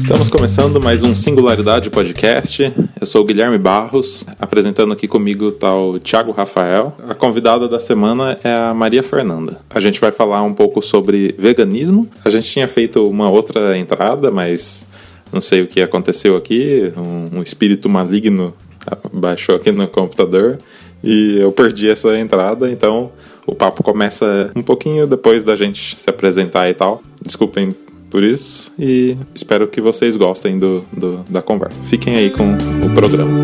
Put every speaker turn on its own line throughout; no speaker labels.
Estamos começando mais um Singularidade Podcast. Eu sou o Guilherme Barros, apresentando aqui comigo está o Thiago Rafael. A convidada da semana é a Maria Fernanda. A gente vai falar um pouco sobre veganismo. A gente tinha feito uma outra entrada, mas não sei o que aconteceu aqui. Um espírito maligno baixou aqui no computador e eu perdi essa entrada, então o papo começa um pouquinho depois da gente se apresentar e tal. Desculpem por isso e espero que vocês gostem da conversa. Fiquem aí com o programa.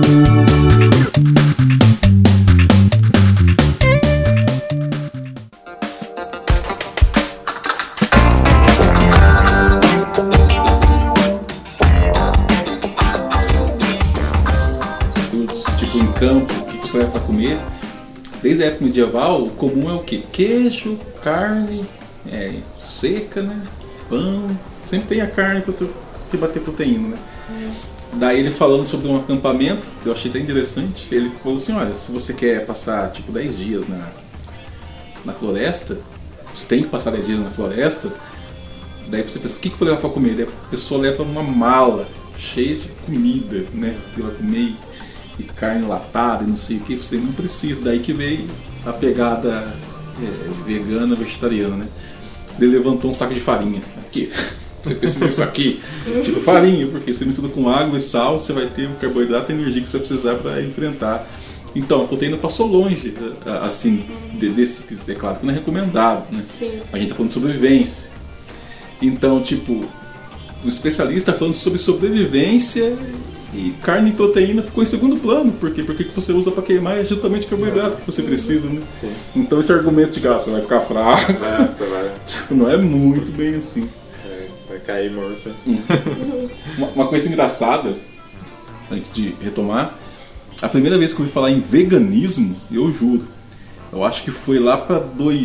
Tipo em campo, o que você leva para comer? Desde a época medieval, o comum é o quê? Queijo, carne, seca, né? Pão, sempre tem a carne para te bater proteína, né? Daí ele falando sobre um acampamento, eu achei até interessante. Ele falou assim, olha, se você quer passar tipo 10 dias na floresta, você tem que passar 10 dias na floresta, daí você pensa, o que eu vou levar para comer? Daí a pessoa leva uma mala cheia de comida, né? Que vai comer e carne latada e não sei o que, você não precisa. Daí que veio a pegada vegana, vegetariana, né? Ele levantou um saco de farinha. Aqui, você precisa disso aqui. Tipo farinha, porque você mistura com água e sal, você vai ter o carboidrato e a energia que você vai precisar para enfrentar. Então, a proteína passou longe, assim, desse, é claro que não é recomendado, né?
Sim.
A gente tá falando de sobrevivência. Então, tipo, o especialista tá falando sobre sobrevivência e carne e proteína ficou em segundo plano. Por quê? Porque o que você usa para queimar é justamente o carboidrato que você precisa, né? Sim. Então esse argumento de que você vai ficar fraco,
Você vai...
tipo, não é muito bem assim.
Vai cair morto.
Uma coisa engraçada, antes de retomar, a primeira vez que eu ouvi falar em veganismo, eu juro, eu acho que foi lá para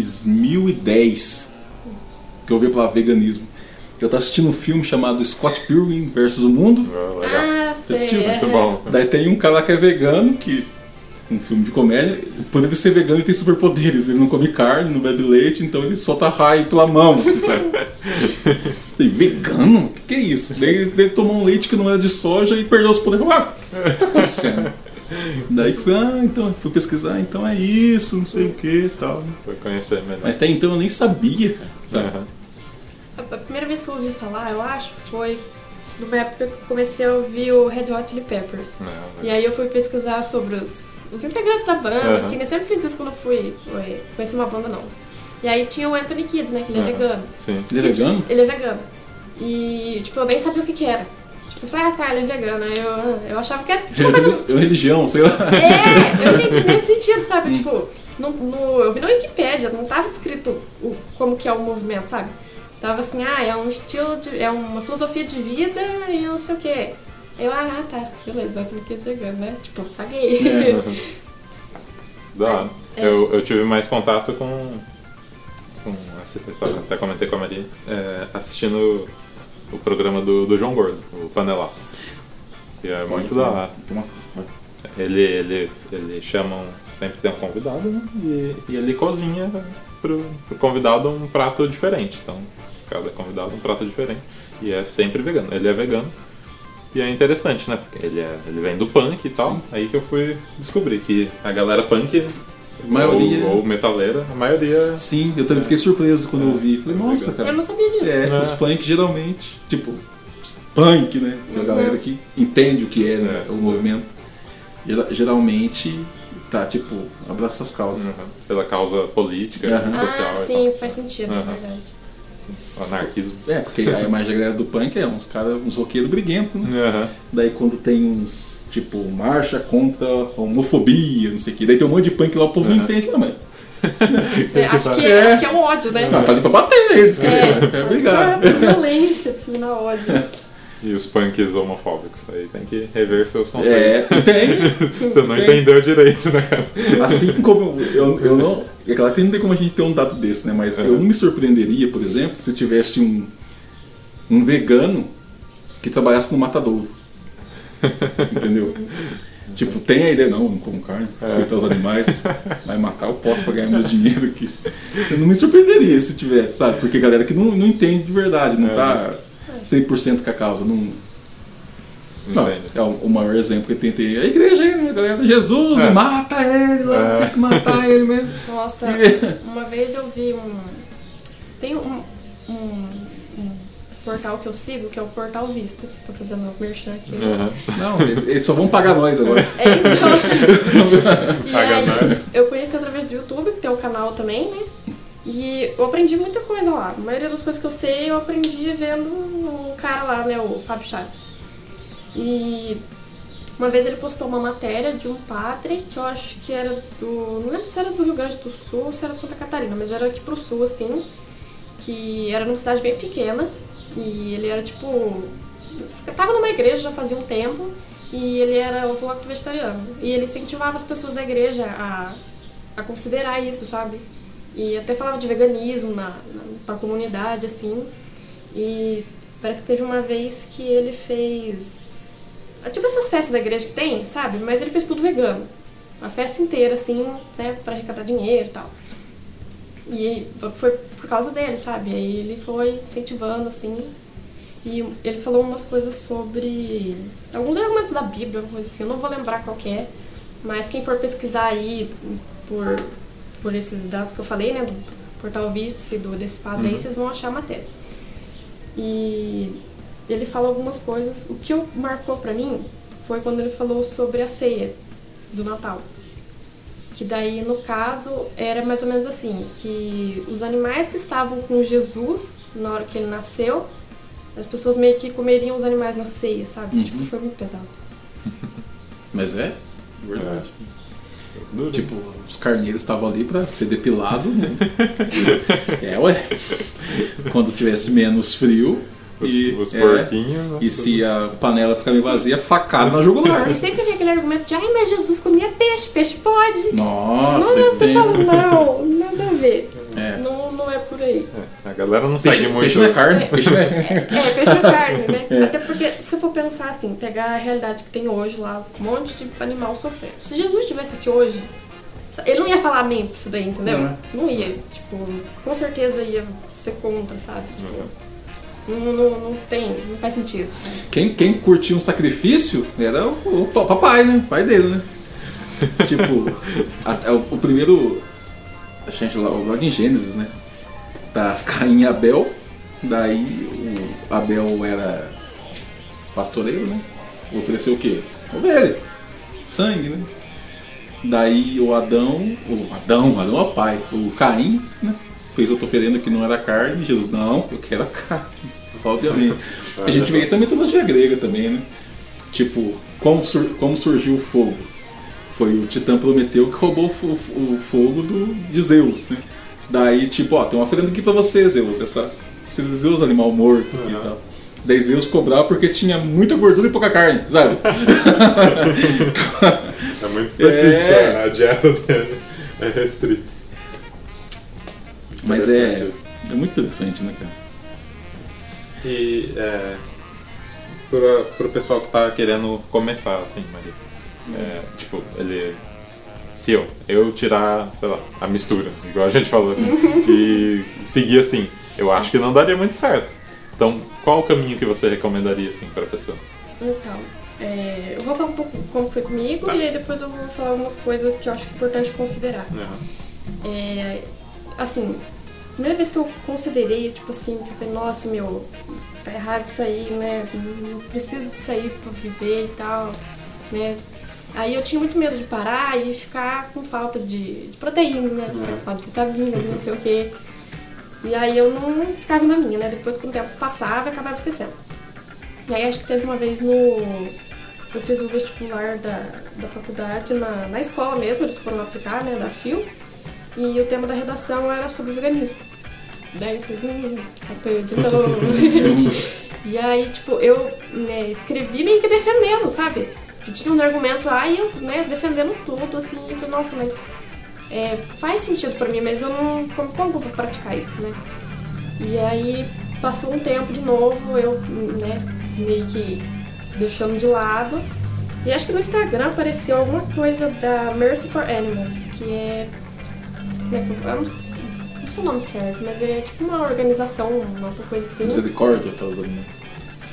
2010 que eu ouvi falar veganismo. Eu tava assistindo um filme chamado Scott Pilgrim vs. o Mundo.
Ah, sei.
Muito bom.
Daí tem um cara lá que é vegano, um filme de comédia, por ele ser vegano ele tem superpoderes, ele não come carne, não bebe leite, então ele solta raio pela mão, assim, sabe? E vegano? O que é isso? Daí ele tomou um leite que não era de soja e perdeu os poderes. O que tá acontecendo? Daí que então fui pesquisar, então é isso, não sei o que e tal.
Foi conhecer melhor.
Mas até então eu nem sabia, sabe?
A primeira vez que eu ouvi falar, eu acho, foi numa época que eu comecei a ouvir o Red Hot Chili Peppers. E aí eu fui pesquisar sobre os integrantes da banda, assim, eu sempre fiz isso quando eu fui conhecer uma banda nova. E aí tinha o Anthony Kiedis, né, que ele é vegano.
Sim. Ele é vegano?
Ele é vegano. E, tipo, eu nem sabia o que era. Tipo, eu falei, ele é vegano. Aí eu achava que era tipo, uma coisa...
É religião, sei lá.
Eu entendi nesse sentido, sabe? Tipo, eu vi na Wikipédia, não tava descrito como que é o movimento, sabe? Tava assim, é um estilo, é uma filosofia de vida e não sei o que. Eu, tá, beleza, eu tenho que ser vegano, né? Tipo, paguei.
Da hora. Eu tive mais contato com até comentei com a Maria, assistindo o programa do João Gordo, o Panelaço. Que é muito da hora. Ele chama, sempre tem um convidado, né? E ele cozinha pro convidado um prato diferente. Então, cada convidado um prato diferente. E é sempre vegano. Ele é vegano. E é interessante, né? Porque ele vem do punk e tal. Sim. Aí que eu fui descobrir que a galera punk,
maioria...
ou metaleira, a maioria...
Sim, eu também fiquei surpreso quando eu ouvi. Falei, nossa, cara.
Eu não sabia disso.
Os punk geralmente, tipo, punk, né? A galera que entende o que é, né? O movimento. Geralmente... tá, tipo, abraça as causas.
Pela causa política, social.
Sim, faz sentido, na verdade.
Sim. O anarquismo.
Porque a imagem da galera do punk é uns roqueiros briguentos, né? Daí quando tem uns, tipo, marcha contra a homofobia, não sei o que. Daí tem um monte de punk lá, o povo não entende, não, mas...
acho que é o ódio, né?
Não, tá ali pra bater neles, quer brigar.
Violência, disseminar ódio.
E os punks homofóbicos, aí tem que rever seus conceitos.
Tem.
Você não entendeu direito, né, cara?
Assim como eu não... É claro que não tem como a gente ter um dado desse, né? Mas eu não me surpreenderia, por exemplo, se tivesse um vegano que trabalhasse no matadouro. Entendeu? Tipo, tem a ideia, não como carne, respeitar os animais, vai matar, eu posso pra ganhar meu dinheiro aqui. Eu não me surpreenderia se tivesse, sabe? Porque a galera que não entende de verdade, não tá... 100% com a causa. Não,
Entende?
é o maior exemplo que tem a igreja aí, né, galera? Jesus, mata ele lá, tem que matar ele mesmo.
Nossa, uma vez eu vi tem um portal que eu sigo, que é o Portal Vistas. Tô fazendo merchan aqui.
Não, eles só vão pagar nós agora.
E aí, eu conheci através do YouTube, que tem um canal também, né? E eu aprendi muita coisa lá. A maioria das coisas que eu sei, eu aprendi vendo um cara lá, né? O Fábio Chaves. E uma vez ele postou uma matéria de um padre que eu acho que era não lembro se era do Rio Grande do Sul ou se era de Santa Catarina, mas era aqui pro sul, assim, que era numa cidade bem pequena, e ele era tipo, tava numa igreja já fazia um tempo, e ele era ovo-lacto vegetariano, e ele incentivava as pessoas da igreja a considerar isso, sabe? E até falava de veganismo na comunidade, assim, e parece que teve uma vez que ele fez tipo essas festas da igreja que tem, sabe? Mas ele fez tudo vegano. A festa inteira, assim, né? Pra arrecadar dinheiro e tal. E foi por causa dele, sabe? Aí ele foi incentivando, assim. E ele falou umas coisas sobre alguns argumentos da Bíblia, uma coisa assim. Eu não vou lembrar qual que é. Mas quem for pesquisar aí por esses dados que eu falei, né? Do Portal Vistas e desse padre aí, vocês vão achar a matéria. E ele fala algumas coisas. O que marcou pra mim foi quando ele falou sobre a ceia do Natal. Que daí, no caso, era mais ou menos assim, que os animais que estavam com Jesus na hora que ele nasceu, as pessoas meio que comeriam os animais na ceia, sabe? Tipo, foi muito pesado.
Mas é verdade. Tipo, os carneiros estavam ali pra ser depilado, né? Quando tivesse menos frio.
Os porquinhos.
E se a panela ficar meio vazia, facada na jugular.
E sempre vem aquele argumento de, mas Jesus comia peixe pode.
Nossa,
você fala, não, nada a ver. Não é por aí.
A galera não segue muito.
Peixe não é carne.
Peixe não é carne, né? Até porque, se você for pensar assim, pegar a realidade que tem hoje lá, um monte de animal sofrendo. Se Jesus estivesse aqui hoje, ele não ia falar amém pra isso daí, entendeu? Não ia. Tipo, com certeza ia ser contra, sabe? Tipo, não faz sentido. Sabe?
Quem curtia um sacrifício era o papai, né? O pai dele, né? Tipo, o primeiro. A gente logo em Gênesis, né? Tá Caim e Abel. Daí o Abel era pastoreiro, né? Ofereceu o quê? Ovelha. Sangue, né? Daí o Adão é o pai. O Caim, né? Fez outra oferenda que não era carne. Jesus, não, eu quero a carne. Obviamente. A gente vê isso na mitologia grega também, né? Tipo, como surgiu o fogo? Foi o Titã Prometeu que roubou o fogo de Zeus, né? Daí, tipo, tem uma oferenda aqui pra você, Zeus. Zeus, animal morto aqui e tal. Daí Zeus cobrava porque tinha muita gordura e pouca carne, sabe?
É muito específico, a dieta dele é restrita.
Mas é muito interessante, né, cara?
E pro pessoal que tá querendo começar, assim, Maria, tipo, se eu tirar, sei lá, a mistura, igual a gente falou, e seguir assim, eu acho que não daria muito certo. Então, qual o caminho que você recomendaria, assim, pra pessoa?
Então, eu vou falar um pouco como foi comigo, e aí depois eu vou falar algumas coisas que eu acho importante considerar. Assim, a primeira vez que eu considerei, tipo assim, eu falei, nossa, tá errado isso aí, né? Não preciso disso aí pra viver e tal, né? Aí eu tinha muito medo de parar e ficar com falta de proteína, né? Falta de vitamina, de não sei o quê. E aí eu não ficava na minha, né? Depois, com o tempo passava, eu acabava esquecendo. E aí acho que teve uma vez eu fiz o vestibular da faculdade na escola mesmo, eles foram aplicar, né? Da FIU. E o tema da redação era sobre veganismo. Daí eu falei, apoio de novo. E aí, tipo, eu escrevi meio que defendendo, sabe? E tinha uns argumentos lá e eu, defendendo tudo, assim. E eu falei, nossa, mas faz sentido pra mim, mas eu não... Como que eu vou praticar isso, né? E aí, passou um tempo de novo, eu, meio que deixando de lado. E acho que no Instagram apareceu alguma coisa da Mercy for Animals, que é... não sei o nome certo, mas é tipo uma organização, uma coisa assim.
Misericórdia pelos animais.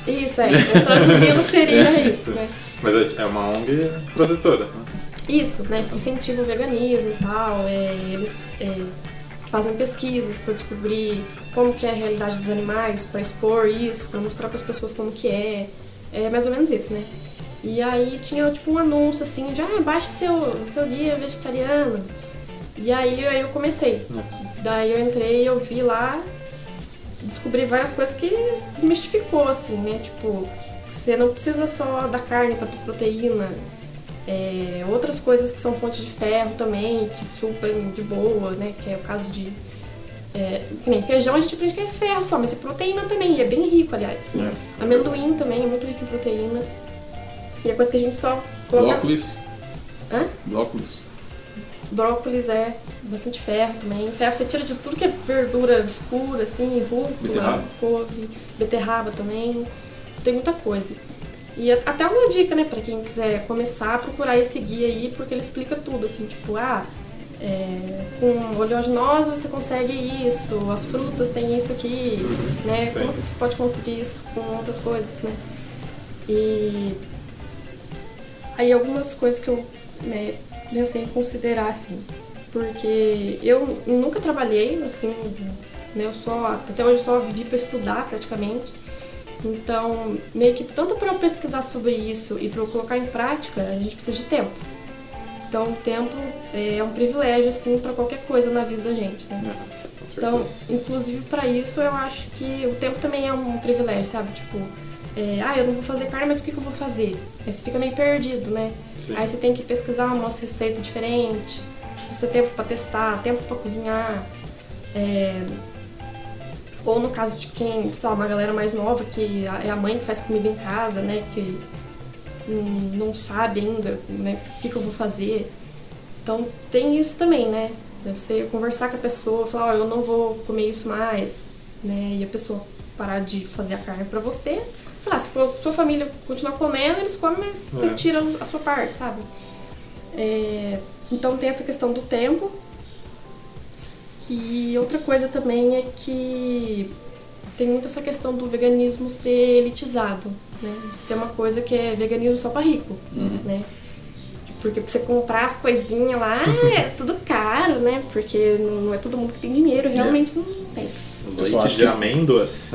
Isso, traduzindo seria isso, né?
Mas é uma ONG protetora, né?
Isso, né? Incentiva o veganismo e tal. Eles fazem pesquisas para descobrir como que é a realidade dos animais, para expor isso, para mostrar para as pessoas como que é. É mais ou menos isso, né? E aí tinha tipo um anúncio assim de baixe seu guia vegetariano. E aí eu comecei. Daí eu entrei, eu vi lá, descobri várias coisas que desmistificou, assim, né? Tipo, você não precisa só da carne para ter proteína. Outras coisas que são fontes de ferro também, que suprem de boa, né? Que é o caso de... que nem feijão a gente aprende que é ferro só, mas é proteína também, e é bem rico, aliás. Amendoim também é muito rico em proteína. E é coisa que a gente só coloca...
Brócolis.
Hã?
Brócolis
é bastante ferro também. Ferro você tira de tudo que é verdura escura, assim, rúcula, couve, beterraba também. Tem muita coisa. E até uma dica, né, pra quem quiser começar a procurar esse guia aí, porque ele explica tudo, assim, tipo, com oleaginosa você consegue isso, as frutas têm isso aqui, né, como que você pode conseguir isso com outras coisas, né. E aí algumas coisas que eu pensei em considerar, assim, porque eu nunca trabalhei, assim, né, até hoje só vivi pra estudar, praticamente. Então, meio que tanto para eu pesquisar sobre isso e para eu colocar em prática, a gente precisa de tempo. Então, o tempo é um privilégio, assim, para qualquer coisa na vida da gente, né? Então, inclusive para isso, eu acho que o tempo também é um privilégio, sabe? Tipo, eu não vou fazer carne, mas o que eu vou fazer? Aí você fica meio perdido, né? Sim. Aí você tem que pesquisar umas receitas diferentes, se você tem tempo para testar, tempo para cozinhar. Ou no caso de quem, sei lá, uma galera mais nova, que é a mãe que faz comida em casa, né, que não sabe ainda, né, o que eu vou fazer. Então tem isso também, né, deve ser conversar com a pessoa, falar, eu não vou comer isso mais, né, e a pessoa parar de fazer a carne pra vocês. Sei lá, se for sua família continuar comendo, eles comem, mas você tira a sua parte, sabe? Então tem essa questão do tempo. E outra coisa também é que tem muito essa questão do veganismo ser elitizado, né? De ser uma coisa que é veganismo só pra rico, né? Porque pra você comprar as coisinhas lá é tudo caro, né? Porque não é todo mundo que tem dinheiro, realmente não tem.
Leite de amêndoas.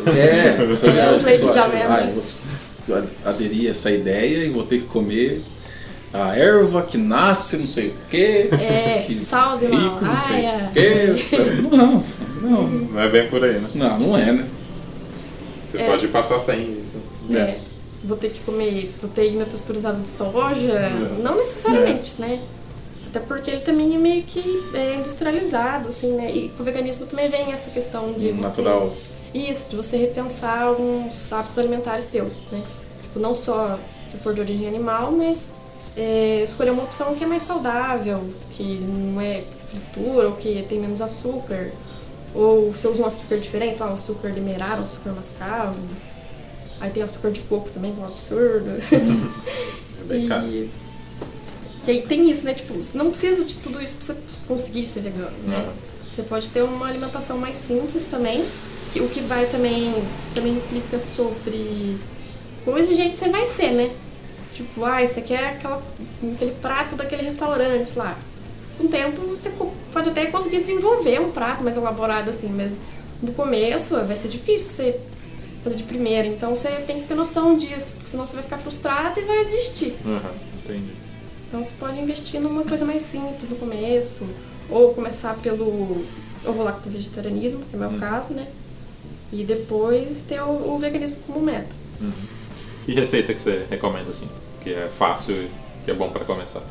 Os leites de amêndoas.
Eu aderi a essa ideia e vou ter que comer a erva que nasce não sei o quê.
Sal de
rico, não sei o quê.
Não é bem por aí, né?
Não é, né?
Você pode passar sem isso.
Vou ter que comer proteína texturizada de soja. Não necessariamente, né? Até porque ele também é meio que industrializado, assim, né? E com o veganismo também vem essa questão de
natural.
Isso, de você repensar alguns hábitos alimentares seus, né? Tipo, não só se for de origem animal, mas escolher uma opção que é mais saudável, que não é fritura, ou que tem menos açúcar, ou você usa um açúcar diferente, sabe, um açúcar demerara, um açúcar mascavo, aí tem açúcar de coco também, que é um absurdo.
É bem caro.
E aí tem isso, né, tipo, não precisa de tudo isso pra você conseguir ser vegano, né? Você pode ter uma alimentação mais simples também, o que vai também implica sobre quão exigente você vai ser, né? Tipo, você quer aquele prato daquele restaurante lá. Com o tempo, você pode até conseguir desenvolver um prato mais elaborado assim, mas no começo vai ser difícil você fazer de primeira. Então, você tem que ter noção disso, porque senão você vai ficar frustrado e vai desistir.
Entendi.
Então, você pode investir numa coisa mais simples no começo, ou começar pelo... Eu vou lá com o vegetarianismo, que é o meu caso, né? E depois ter o veganismo como meta.
Que receita que você recomenda, assim? Que é fácil e que é bom para começar?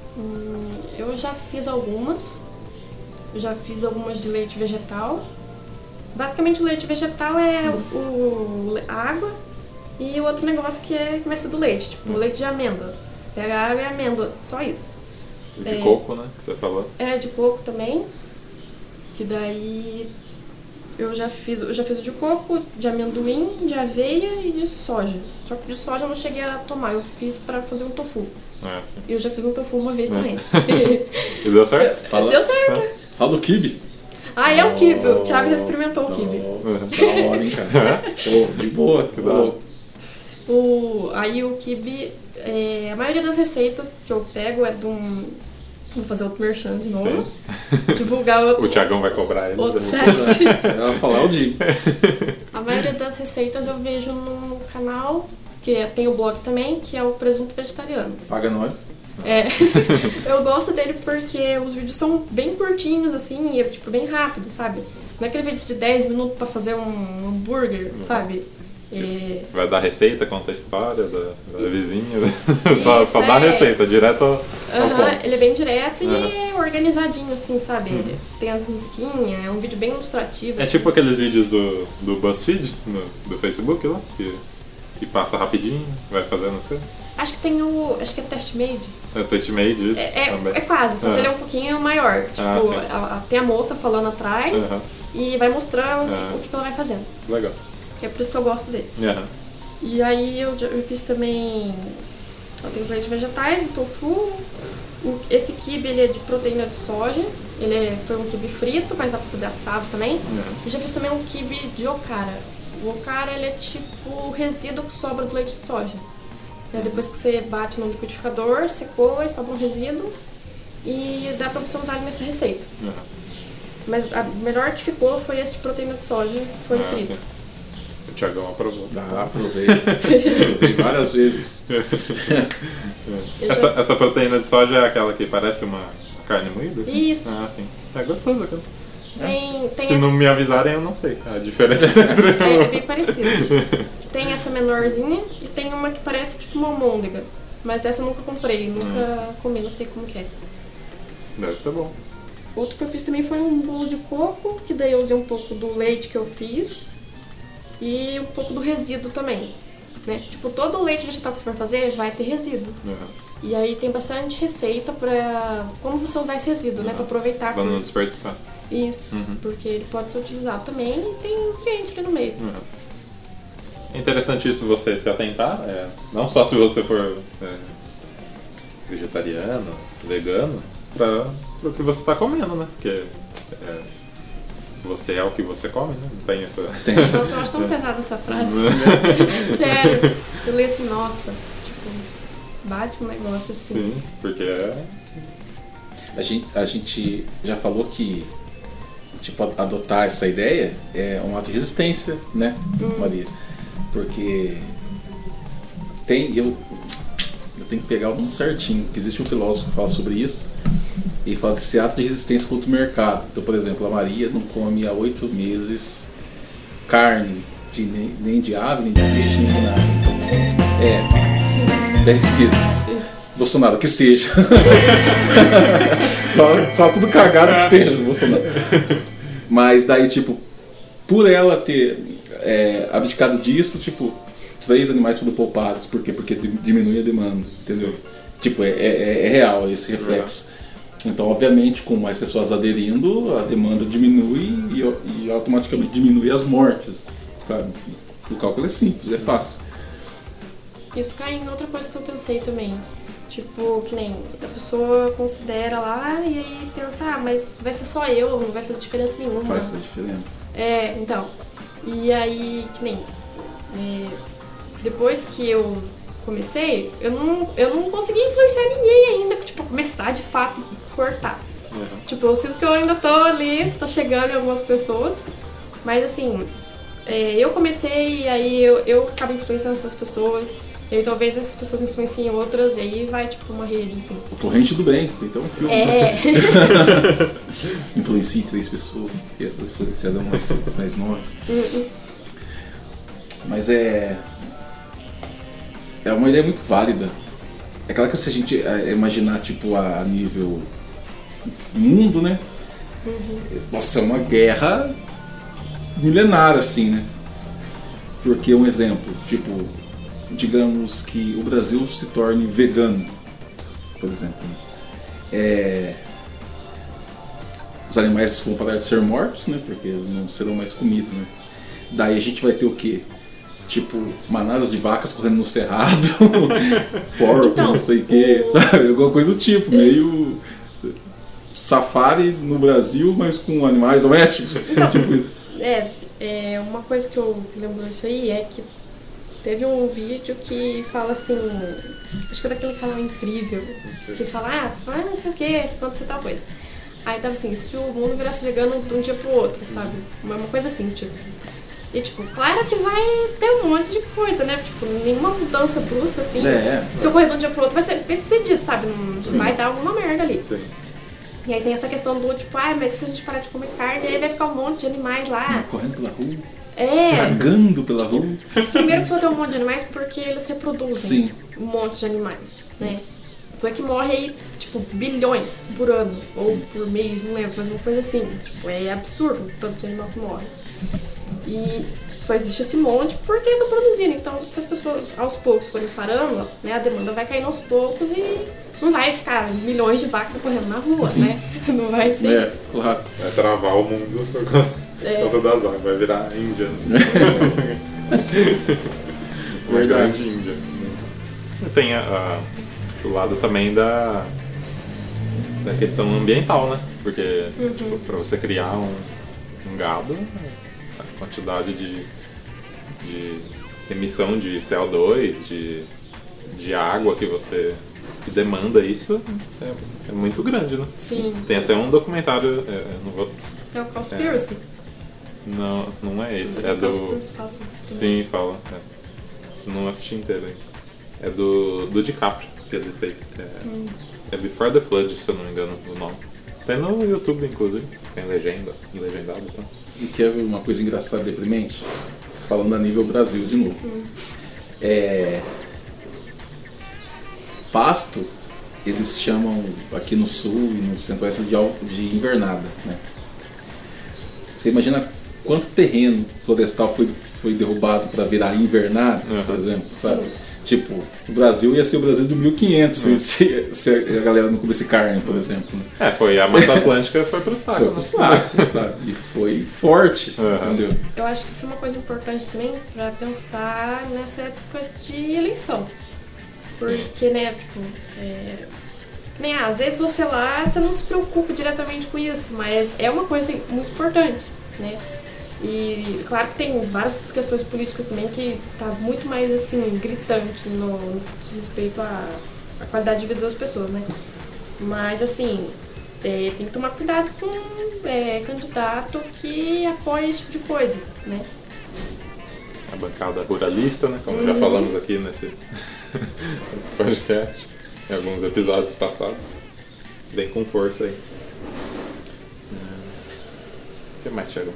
Eu já fiz algumas. Eu já fiz algumas de leite vegetal. Basicamente, o leite vegetal é a água e o outro negócio que vai ser do leite. Tipo, o leite de amêndoa. Você pega a água e a amêndoa, só isso.
De coco, né? Que você falou.
De coco também. Que daí... Eu já fiz o de coco, de amendoim, de aveia e de soja. Só que de soja eu não cheguei a tomar, eu fiz pra fazer um tofu.
Sim.
Eu já fiz um tofu uma vez também.
E deu certo?
Deu certo.
Fala do quibe.
É o quibe. O Thiago já experimentou o quibe.
Da hora, hein, cara. De boa.
Aí o quibe, a maioria das receitas que eu pego é de um... Vou fazer outro merchan de novo. Divulgar outro...
O Thiagão vai cobrar ele.
Outro site.
Ela falar, eu digo.
A maioria das receitas eu vejo no canal, que tem o blog também, que é o Presunto Vegetariano.
Paga nós.
Eu gosto dele porque os vídeos são bem curtinhos, assim, e é tipo bem rápido, sabe? Não é aquele vídeo de 10 minutos pra fazer um hambúrguer, sabe?
Vai dar receita, conta a história da vizinha. Só dá receita, direto ao ponto.
Ele é bem direto e organizadinho, assim, sabe? Tem as musiquinhas, é um vídeo bem ilustrativo.
É
assim.
tipo aqueles vídeos do BuzzFeed, do Facebook lá, que passa rapidinho, vai fazendo as coisas.
Acho que acho que é Testmade.
É Testmade, isso também.
É quase, só que ele é um pouquinho maior. Tipo, tem a moça falando atrás e vai mostrando o que ela vai fazendo.
Legal.
Que é por isso que eu gosto dele. E aí eu fiz também... Tem os leites vegetais, o tofu. Esse quibe ele é de proteína de soja. Foi um quibe frito, mas dá pra fazer assado também. E já fiz também um quibe de okara. O okara ele é tipo o resíduo que sobra do leite de soja. Depois que você bate no liquidificador, secou e sobra um resíduo. E dá pra você usar ele nessa receita. Mas a melhor que ficou foi esse de proteína de soja, que foi frito.
Sim. O Thiagão aprovou.
Aprovei várias vezes.
Essa proteína de soja é aquela que parece uma carne moída? Assim?
Isso.
Sim. É gostoso aquilo.
Se
não me avisarem, eu não sei a diferença entre
é bem parecido. Tem essa menorzinha e tem uma que parece tipo uma almôndega. Mas dessa eu nunca comprei, nunca comi, não sei como que é.
Deve ser bom.
Outro que eu fiz também foi um bolo de coco, que daí eu usei um pouco do leite que eu fiz e um pouco do resíduo também, né? Tipo, todo o leite vegetal que você vai fazer vai ter resíduo. E aí tem bastante receita pra como você usar esse resíduo, né? Pra aproveitar.
Pra não desperdiçar.
Isso, porque ele pode ser utilizado também e tem nutriente ali no meio.
É interessante isso você se atentar, não só se você for vegetariano, vegano, para o que você está comendo, né? Porque você é o que você come, né? Não tem essa...
Nossa, eu acho tão pesada essa frase. Sério. Eu li assim, nossa, tipo, bate um negócio assim.
Sim, porque
A gente já falou que tipo, adotar essa ideia é um ato de resistência, né, Maria? Porque eu tenho que pegar o nome certinho, que existe um filósofo que fala sobre isso e fala desse ato de resistência contra o mercado. Então, por exemplo, a Maria não come há 8 meses carne, nem de ave, nem de peixe, nem de nada. Então, 10 meses. Bolsonaro, que seja. fala tudo cagado que seja, Bolsonaro. Mas daí, tipo, por ela ter abdicado disso, tipo, 3 animais foram poupados. Por quê? Porque diminui a demanda, entendeu? Tipo, é real esse reflexo. Então, obviamente, com mais pessoas aderindo, a demanda diminui e automaticamente diminui as mortes, sabe? O cálculo é simples, é fácil.
Isso cai em outra coisa que eu pensei também. Tipo, que nem a pessoa considera lá e aí pensa, mas vai ser só eu, não vai fazer diferença nenhuma.
Faz toda a diferença.
Então. E aí, que nem... depois que eu comecei, eu não consegui influenciar ninguém ainda, tipo, começar de fato cortar. Tipo, eu sinto que eu ainda tô ali, tô chegando em algumas pessoas, mas assim, eu comecei e aí eu acabo influenciando essas pessoas, e aí talvez essas pessoas influenciem outras, e aí vai tipo uma rede, assim.
O Torrente do Bem, tem até um filme. Influencie 3 pessoas, e essas influenciadas mais 9. Mas é uma ideia muito válida. É claro que se a gente imaginar tipo a nível mundo, né? Nossa, é uma guerra milenar, assim, né? Porque um exemplo, tipo, digamos que o Brasil se torne vegano, por exemplo. Os animais vão parar de ser mortos, né? Porque eles não serão mais comidos, né? Daí a gente vai ter o quê? Tipo, manadas de vacas correndo no cerrado, porcos, então, não sei o que, sabe? Alguma coisa do tipo, meio safari no Brasil, mas com animais domésticos.
Então,
tipo isso.
Uma coisa que eu lembro disso aí é que Teve um vídeo que fala assim, acho que é daquele canal Incrível, que fala, não sei o que, aconteceu tal coisa. Aí tava assim, se o mundo virasse vegano de um dia pro outro, sabe? Uma coisa assim, tipo. E, tipo, claro que vai ter um monte de coisa, né? Tipo, nenhuma mudança brusca, assim. Se eu correr de um dia pro outro, vai ser bem sucedido, sabe? Não vai dar alguma merda ali.
Sim.
E aí tem essa questão do, tipo, mas se a gente parar de comer carne, aí vai ficar um monte de animais lá.
Correndo pela rua.
É.
Cagando pela rua.
Primeiro precisa ter um monte de animais porque eles reproduzem um monte de animais, né? Então é que morre aí, tipo, bilhões por ano. Ou por mês, não lembro, mas uma coisa assim. Tipo, é absurdo o tanto de animal que morre. E só existe esse monte porque estão produzindo. Então, se as pessoas aos poucos forem parando, né, a demanda vai caindo aos poucos e não vai ficar milhões de vacas correndo na rua, né? Não vai ser isso.
Claro.
Vai travar o mundo por conta das vacas. Vai virar Índia. Uma grande Índia. Tem o lado também da questão ambiental, né? Porque tipo, para você criar um gado, a quantidade de emissão de CO2, de água que demanda isso é muito grande, né?
Sim.
Tem até um documentário,
É o Conspiracy?
Não é esse,
Mas
é
o
do...
Conspiracy fala sobre isso.
Sim, fala. Não assisti inteiro aí. É do DiCaprio que ele fez. É Before the Flood, se eu não me engano o nome. Tem no YouTube, inclusive. Tem legendado. Então.
E quer ver uma coisa engraçada, deprimente? Falando a nível Brasil de novo. Pasto, eles chamam aqui no sul e no centro-oeste de invernada, né? Você imagina quanto terreno florestal foi derrubado para virar invernada, por exemplo, sabe? Tipo, o Brasil ia ser o Brasil do 1500 se a galera não comesse carne, por exemplo. Né?
Foi a Mata Atlântica foi pro saco.
Foi pro saco, sabe? E foi forte, entendeu?
Eu acho que isso é uma coisa importante também para pensar nessa época de eleição. Porque, né, tipo, às vezes você não se preocupa diretamente com isso, mas é uma coisa muito importante, né? E claro que tem várias outras questões políticas também que tá muito mais, assim, gritante no que diz respeito à qualidade de vida das pessoas, né? Mas, assim, tem que tomar cuidado com candidato que apoia esse tipo de coisa, né?
A bancada ruralista, né? Como já falamos aqui nesse podcast, em alguns episódios passados. Vem com força aí. O que mais, Thiago?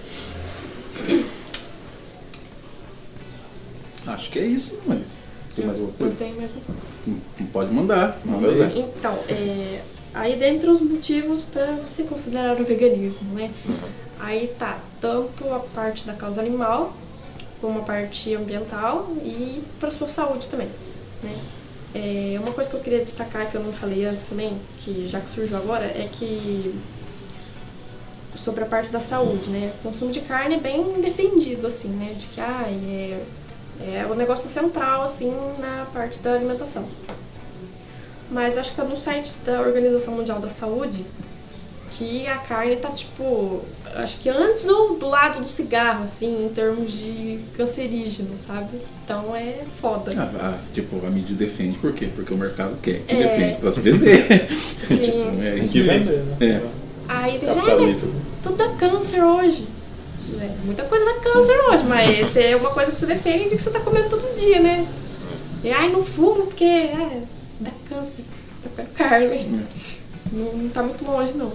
Acho que é isso, mano. Tem mais alguma coisa?
Não tem mais coisa.
Pode mandar. Manda aí.
Então, aí dentre os motivos para você considerar o veganismo, né? Aí tá tanto a parte da causa animal, como a parte ambiental e para sua saúde também, né? Uma coisa que eu queria destacar, que eu não falei antes também, que já que surgiu agora, é que sobre a parte da saúde, né? O consumo de carne é bem defendido, assim, né? De que é um negócio central, assim, na parte da alimentação. Mas eu acho que tá no site da Organização Mundial da Saúde que a carne tá, tipo, acho que antes ou do lado do cigarro, assim, em termos de cancerígeno, sabe? Então é foda.
Tipo, a mídia defende por quê? Porque o mercado quer que defende pra se vender.
Sim.
É isso mesmo.
Né?
Aí tudo dá câncer hoje. Muita coisa dá câncer hoje, mas é uma coisa que você defende que você tá comendo todo dia, né? E não fumo porque dá câncer. Você tá comendo carne. Não tá muito longe, não.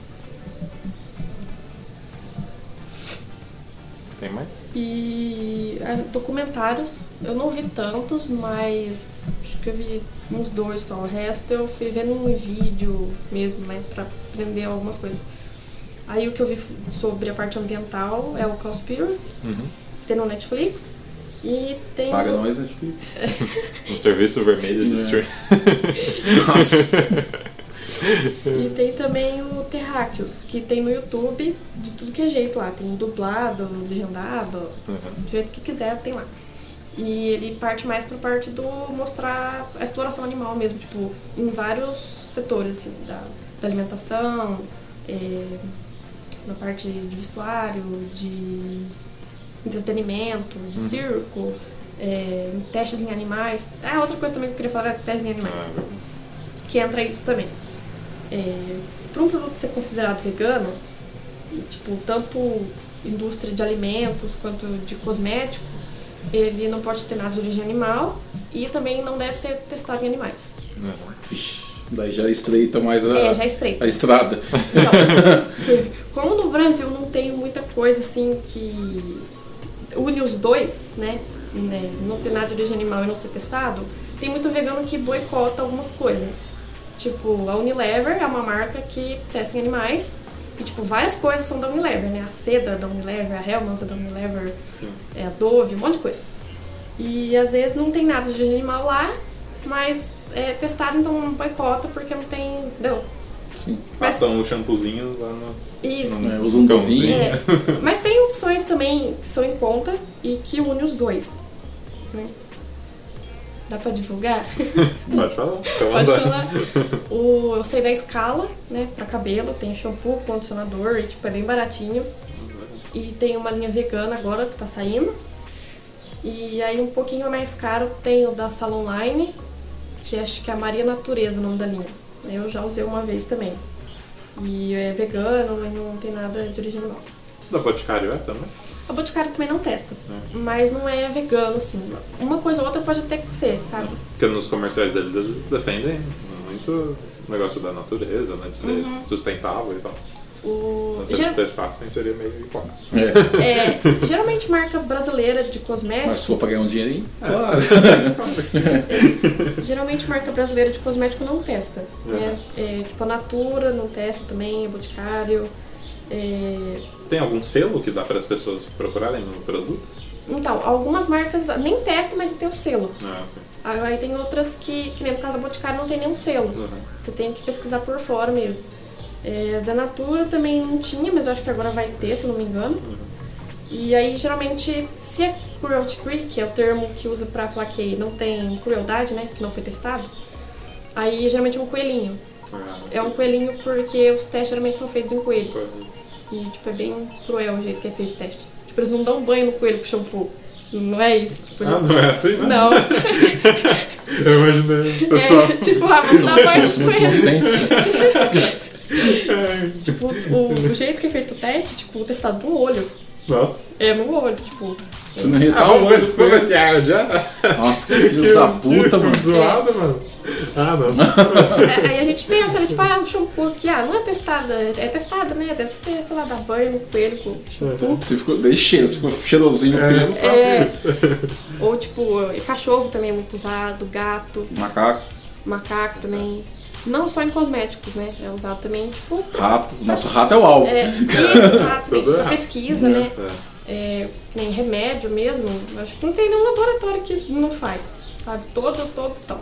Tem mais?
E documentários, eu não vi tantos, mas acho que eu vi uns 2 só. O resto eu fui vendo em vídeo mesmo, né, pra aprender algumas coisas. Aí o que eu vi sobre a parte ambiental é o Conspiracy, que tem no Netflix. E tem
Paga nós, Netflix.
Um serviço vermelho de streaming.
Nossa.
E tem também o Terráqueos, que tem no YouTube de tudo que é jeito lá. Tem dublado, legendado, do jeito que quiser, tem lá. E ele parte mais pra parte do mostrar a exploração animal mesmo, tipo, em vários setores, assim, da alimentação, na parte de vestuário, de entretenimento, de circo, testes em animais. Outra coisa também que eu queria falar era testes em animais. Que entra isso também. Para um produto ser considerado vegano, tipo, tanto indústria de alimentos quanto de cosmético, ele não pode ter nada de origem animal e também não deve ser testado em animais.
Vixe, daí já estreita mais
já estreita.
a estrada.
Então, como no Brasil não tem muita coisa assim que une os dois, né? Não ter nada de origem animal e não ser testado, tem muito vegano que boicota algumas coisas. Tipo, a Unilever é uma marca que testa em animais. E, tipo, várias coisas são da Unilever, né? A seda da Unilever, a Hellmann's é da Unilever, a Dove, um monte de coisa. E, às vezes, não tem nada de origem animal lá, mas é testado, então boicota, porque não tem... Deu.
Sim.
Passam um shampoozinho lá no...
Isso.
Usa um cãozinho.
Mas tem opções também que são em conta e que unem os dois, né? Dá pra divulgar?
Pode falar.
Pode falar. Eu sei da Scala, né, pra cabelo. Tem shampoo, condicionador e, tipo, é bem baratinho. E tem uma linha vegana agora que tá saindo. E aí, um pouquinho mais caro, tem o da Salon Line, que acho que é a Maria Natureza, o nome da linha. Eu já usei uma vez também. E é vegano e não tem nada de origem animal.
Da Boticário também?
A Boticário também não testa, mas não é vegano, assim. Uma coisa ou outra pode até ser, sabe?
Porque nos comerciais deles eles defendem muito o negócio da natureza, né? De ser sustentável e tal. Se eles testassem, seria meio hipócrita.
Geralmente marca brasileira de cosmético.
Mas se for pra ganhar um dinheirinho, claro.
Geralmente marca brasileira de cosmético não testa. Né? Tipo a Natura não testa também, a Boticário.
Tem algum selo que dá para as pessoas procurarem no produto?
Então, algumas marcas nem testam, mas não tem o selo.
Sim.
Aí tem outras que nem no caso da Boticário, não tem nenhum selo. Você tem que pesquisar por fora mesmo. Da Natura também não tinha, mas eu acho que agora vai ter, se não me engano. E aí, geralmente, se é cruelty free, que é o termo que usa pra falar que não tem crueldade, né, que não foi testado, aí geralmente é um coelhinho. É um coelhinho porque os testes geralmente são feitos em coelhos. E, tipo, é bem cruel o jeito que é feito o teste. Tipo, eles não dão banho no coelho com shampoo. Não é isso. Tipo, eles...
não é assim, né?
Não.
Eu imaginei. Pessoal.
Tipo, vamos dar banho no coelho.
Conscientes, né?
Tipo, o jeito que é feito o teste, tipo, o testado no olho.
Nossa.
É no olho, tipo...
Você não irritar o olho do
Vamos ver se
coelho.
arde já.
Nossa, que filhos da puta, mano.
Zoado, mano. Não.
Aí a gente pensa, tipo, o shampoo aqui, não é testado, é testado, né? Deve ser, sei lá, dar banho no coelho com shampoo.
Você ficou cheirosinho o pelo.
Ou, tipo, cachorro também é muito usado, gato. Macaco também. Não só em cosméticos, né? É usado também, tipo...
Rato. Nosso rato é o alvo.
Isso, rato também. Pra pesquisa, né? Que nem remédio mesmo. Acho que não tem nenhum laboratório que não faz, sabe? Todos são.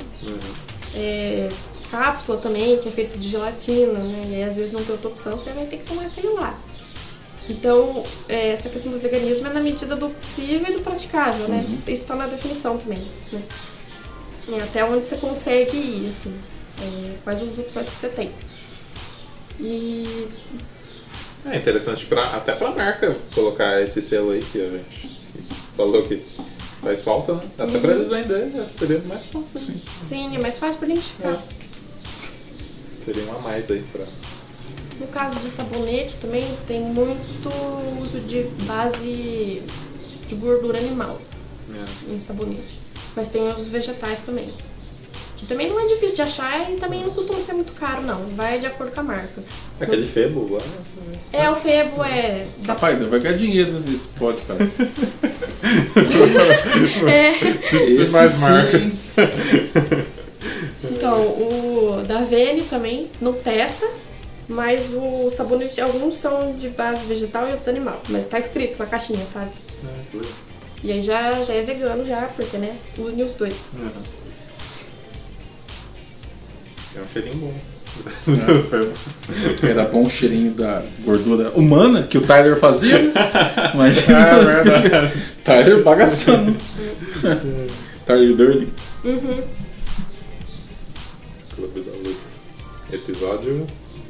Cápsula também, que é feito de gelatina, né? E aí, às vezes não tem outra opção, você vai ter que tomar aquele lá. Então, essa questão do veganismo é na medida do possível e do praticável, né? Isso está na definição também, né? Até onde você consegue ir, assim. Quais as opções que você tem. E...
É interessante até pra marca colocar esse selo aí que a gente falou que faz falta, né? Até pra eles vender, seria mais fácil assim.
Sim, é mais fácil pra identificar.
Seria um a mais aí pra...
No caso de sabonete também tem muito uso de base de gordura animal em sabonete. Mas tem os vegetais também. Que também não é difícil de achar e também não costuma ser muito caro, não. Vai de acordo com a marca.
Aquele Febo lá.
O Febo é...
Rapaz, vai ganhar dinheiro nesse pote, cara.
Esse mais marcas.
Então, o da Avene também não testa, mas o sabonete, alguns são de base vegetal e outros animal. Mas tá escrito na caixinha, sabe? E aí já é vegano já, porque, né, une os dois.
É um cheirinho bom.
Era bom o cheirinho da gordura humana que o Tyler fazia. Mas
verdade.
Tyler bagaçando. Tyler Durden.
Clube da Luta. Episódio...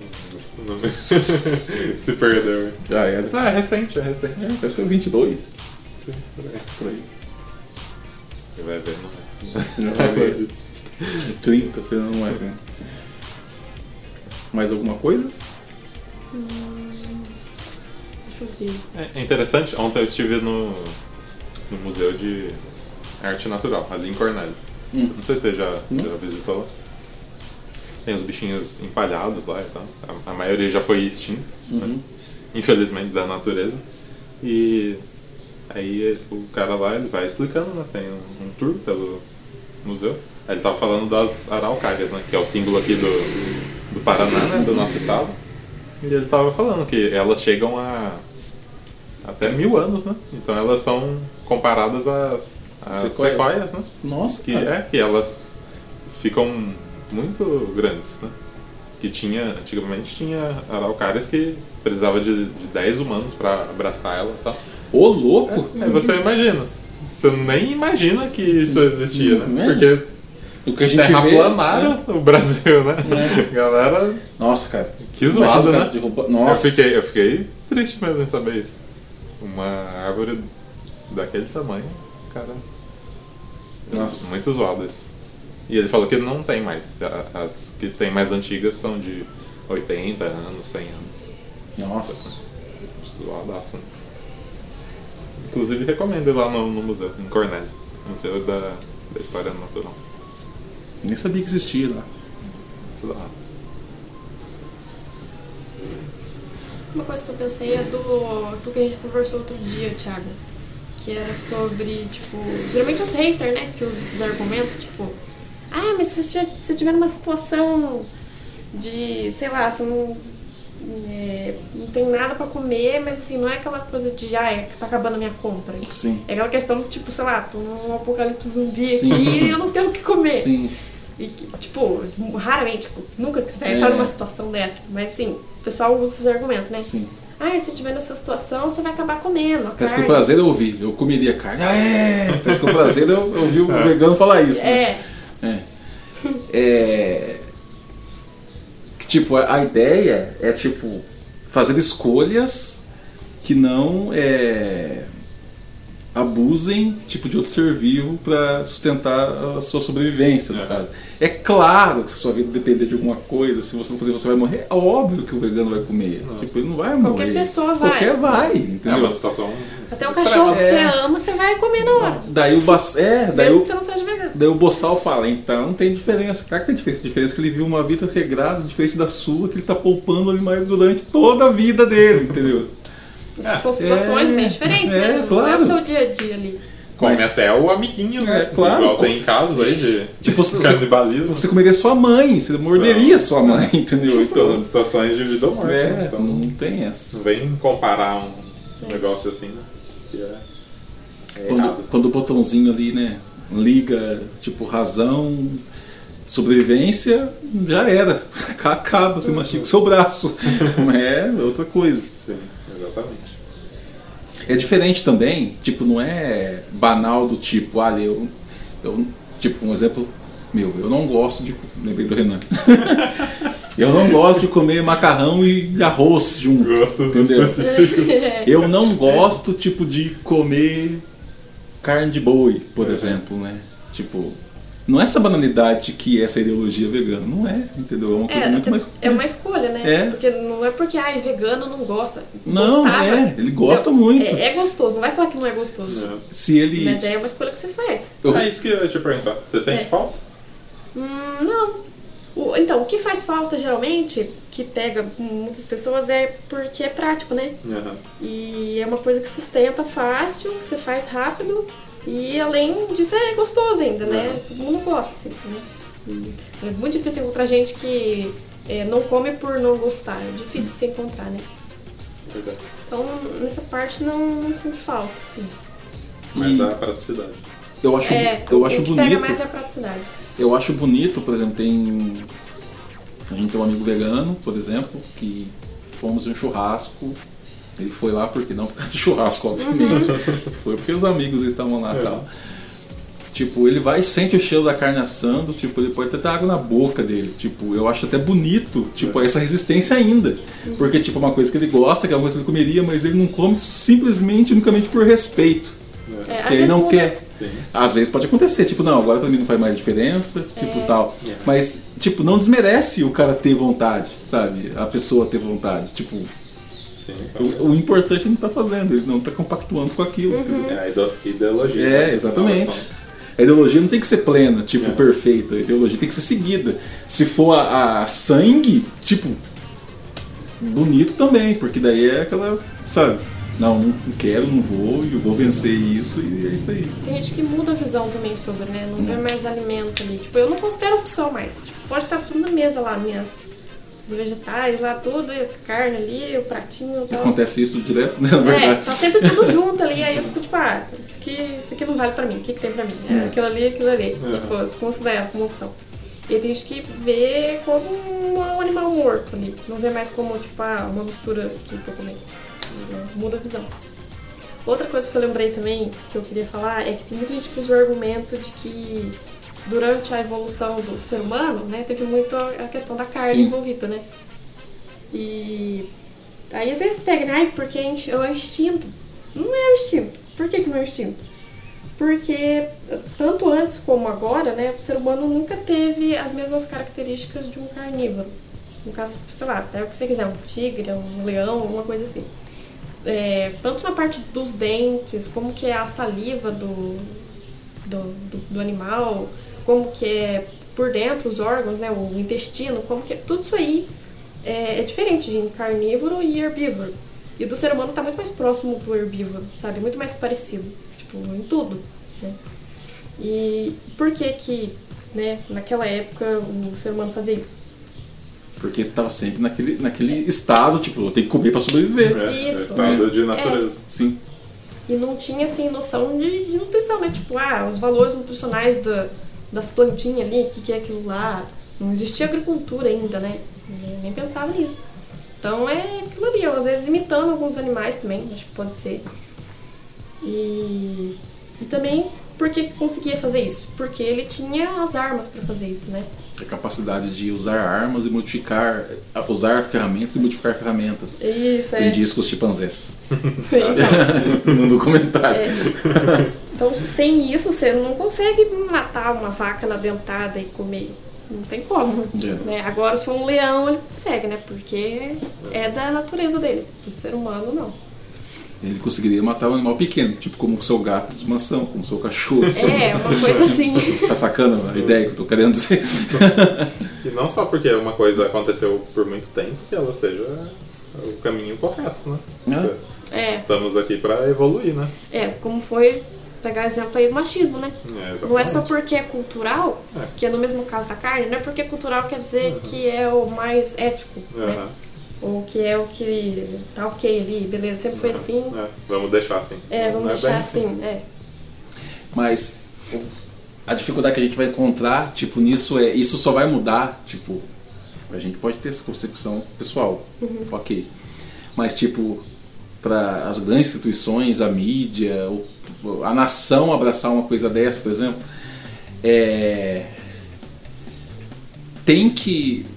Se perdeu.
Já era.
É recente.
Deve ser 22.
Sim, por aí.
Por aí.
Você vai ver, não é.
Já vai ver. 30, você não é. Né? Mais alguma coisa?
Deixa eu ver.
É interessante, ontem eu estive no Museu de Arte Natural, ali em Cornélio. Não sei se você já visitou lá. Tem os bichinhos empalhados lá e tal. A maioria já foi extinta, né? Infelizmente, da natureza. E aí o cara lá, ele vai explicando, né? Tem um tour pelo museu. Aí ele tava falando das araucárias, né? Que é o símbolo aqui do Paraná, né? Do nosso estado. E ele tava falando que elas chegam a até 1000 anos, né? Então elas são comparadas às sequoias, né?
Nossa,
que elas ficam muito grandes, né? Que antigamente tinha araucárias que precisava de 10 humanos para abraçar ela e tal.
Ô, louco!
Você imagina. Você nem imagina que isso existia, né?
É.
Porque
o que a gente
terraplanaram o Brasil, né? Galera...
Nossa, cara.
Que zoado, né?
Nossa.
Eu fiquei triste mesmo em saber isso. Uma árvore daquele tamanho, cara...
Nossa.
Muito zoado isso. E ele falou que não tem mais. As que tem mais antigas são de 80 anos, 100 anos.
Nossa.
Zoadaço. Inclusive recomendo ir lá no museu, em Cornélio. Museu da História Natural.
Nem sabia que existia lá.
Tudo lá.
Uma coisa que eu pensei é do que a gente conversou outro dia, Thiago. Que era sobre, tipo, geralmente os haters, né, que usam esses argumentos, tipo, mas se você tiver numa situação de, sei lá, você não tem nada pra comer, mas assim, não é aquela coisa de, que tá acabando a minha compra.
Sim.
É aquela questão que, tipo, sei lá, tô num apocalipse zumbi
Sim.
aqui e eu não tenho o que comer.
Sim.
E, tipo, raramente, tipo, nunca que você vai estar numa situação dessa, mas assim, o pessoal usa esses argumentos, né?
Sim.
Se estiver nessa situação, você vai acabar comendo a
Parece
carne.
que o prazer eu ouvi, eu comeria carne. Parece que o prazer eu ouvi o vegano falar isso. Né? Que, tipo, a ideia é, tipo, fazer escolhas que não abusem, tipo, de outro ser vivo para sustentar a sua sobrevivência, no caso. É claro que se a sua vida depender de alguma coisa, se você não fazer, você vai morrer. É óbvio que o vegano vai comer. Tipo, ele não vai morrer.
Qualquer pessoa vai.
Qualquer vai, entendeu?
É uma situação...
Até o cachorro que você ama, você vai comer na hora.
Daí o
mesmo que você não seja vegano.
Daí o Bossal fala, então tem diferença. Claro que tem diferença. A diferença é que ele viu uma vida regrada, diferente da sua, que ele tá poupando animais durante toda a vida dele, entendeu?
São situações bem diferentes, né?
Claro.
Não é o seu dia a dia ali.
Come até o amiguinho, né?
Claro.
Igual tem casos aí de
tipo,
canibalismo.
Você comeria sua mãe, você morderia sua mãe, entendeu?
São situações de vida ou morte.
Então, não tem essa.
Não vem comparar um negócio assim, né? Que
quando o botãozinho ali, né, liga, tipo, razão, sobrevivência, já era. Acaba, você mastiga o seu braço. Não é outra coisa.
Sim, exatamente.
É diferente também, tipo, não é banal do tipo, eu tipo, um exemplo meu, eu não gosto de... Lembrei do Renan. Eu não gosto de comer macarrão e arroz junto. Entendeu? Eu não gosto, tipo, de comer carne de boi, por exemplo, né? Tipo, não é essa banalidade que essa ideologia vegana, não é, entendeu? É uma coisa muito mais...
É uma escolha, né? Porque não é porque, vegano não gosta.
Não,
gostava.
Ele gosta muito.
É gostoso, não vai falar que não é gostoso.
Não.
Se ele...
Mas é uma escolha que você faz.
É isso que eu ia te perguntar. Você sente falta?
Não. Então, o que faz falta geralmente, que pega muitas pessoas, é porque é prático, né? E é uma coisa que sustenta fácil, que você faz rápido. E além disso é gostoso ainda, né? Todo mundo gosta, assim, né? É muito difícil encontrar gente que não come por não gostar. É difícil se encontrar, né?
Verdade.
Então, nessa parte não sinto falta, assim.
Mas dá praticidade.
Eu acho
o que
bonito.
pega mais é a praticidade.
Eu acho bonito, por exemplo, a gente tem um amigo vegano, por exemplo, que fomos em um churrasco. Ele foi lá porque não por causa do churrasco, obviamente. Foi porque os amigos estavam lá e tal. Tipo, ele vai e sente o cheiro da carne assando, tipo, ele pode até ter água na boca dele. Tipo, eu acho até bonito, tipo, essa resistência ainda. Porque, tipo, é uma coisa que ele gosta, que é uma coisa que ele comeria, mas ele não come simplesmente, unicamente por respeito. Ele não quer.
Sim.
Às vezes pode acontecer, tipo, não, agora pra mim não faz mais diferença, tipo, tal. Mas, tipo, não desmerece o cara ter vontade, sabe? A pessoa ter vontade, tipo...
Sim.
O importante ele não tá fazendo, ele não tá compactuando com aquilo.
É a ideologia.
É, exatamente. A ideologia não tem que ser plena, tipo, perfeita. A ideologia tem que ser seguida. Se for a sangue, tipo, bonito também, porque daí é aquela, sabe? Não quero, não vou, eu vou vencer isso e é isso aí.
Tem gente que muda a visão também sobre, né? Não vê mais alimento ali. Tipo, eu não considero opção mais. Tipo, pode estar tudo na mesa lá, os vegetais lá, tudo, a carne ali, o pratinho e tal.
Acontece isso direto, né, na verdade.
Tá sempre tudo junto ali, aí eu fico tipo, isso aqui não vale pra mim, o que tem pra mim? Aquilo ali. Tipo, se considera como opção. E tem gente que vê como um animal morto ali, não vê mais como, tipo, uma mistura aqui pra comer. Muda a visão. Outra coisa que eu lembrei também, que eu queria falar, é que tem muita gente que usa o argumento de que durante a evolução do ser humano, né, teve muito a questão da carne envolvida, né? E aí às vezes pega, né, porque é o instinto. Não é o instinto. Por que não é o instinto? Porque tanto antes como agora, né, o ser humano nunca teve as mesmas características de um carnívoro. No caso, sei lá, pega o que você quiser, um tigre, um leão, alguma coisa assim. Tanto na parte dos dentes, como que é a saliva do animal, como que é por dentro os órgãos, né, o intestino, como que é, tudo isso aí é diferente de carnívoro e herbívoro. E o do ser humano está muito mais próximo do herbívoro, sabe? Muito mais parecido, tipo, em tudo, né? E por que, né, naquela época o ser humano fazia isso?
Porque você estava sempre naquele estado, tipo, eu tenho que comer para sobreviver.
Isso.
Estado de natureza.
Sim.
E não tinha, assim, noção de nutrição, né? Tipo, os valores nutricionais das plantinhas ali, o que é aquilo lá. Não existia agricultura ainda, né? Nem pensava nisso. Então é aquilo ali, às vezes imitando alguns animais também, acho que pode ser. E também, por que conseguia fazer isso? Porque ele tinha as armas para fazer isso, né?
A capacidade de usar armas e usar ferramentas e modificar ferramentas.
Isso,
Aprendi isso com os chimpanzés.
Então.
No documentário.
Então, sem isso, você não consegue matar uma vaca na dentada e comer. Não tem como. Né? Agora, se for um leão, ele consegue, né? Porque é da natureza dele. Do ser humano, não.
Ele conseguiria matar um animal pequeno, tipo como o seu gato de estimação, como o seu cachorro.
Uma coisa assim.
Tá sacando a ideia que eu tô querendo dizer?
E não só porque uma coisa aconteceu por muito tempo, que ela seja o caminho correto, né? Estamos aqui para evoluir, né?
Como foi pegar exemplo aí do machismo, né? Não é só porque é cultural, que é no mesmo caso da carne, não é porque é cultural quer dizer que é o mais ético, né? Ou que é o que tá ok ali, beleza, sempre foi assim.
Vamos deixar assim.
Vamos deixar assim,
Mas a dificuldade que a gente vai encontrar, tipo, nisso isso só vai mudar, tipo, a gente pode ter essa concepção pessoal, ok. Mas, tipo, para as grandes instituições, a mídia, a nação abraçar uma coisa dessa, por exemplo, tem que...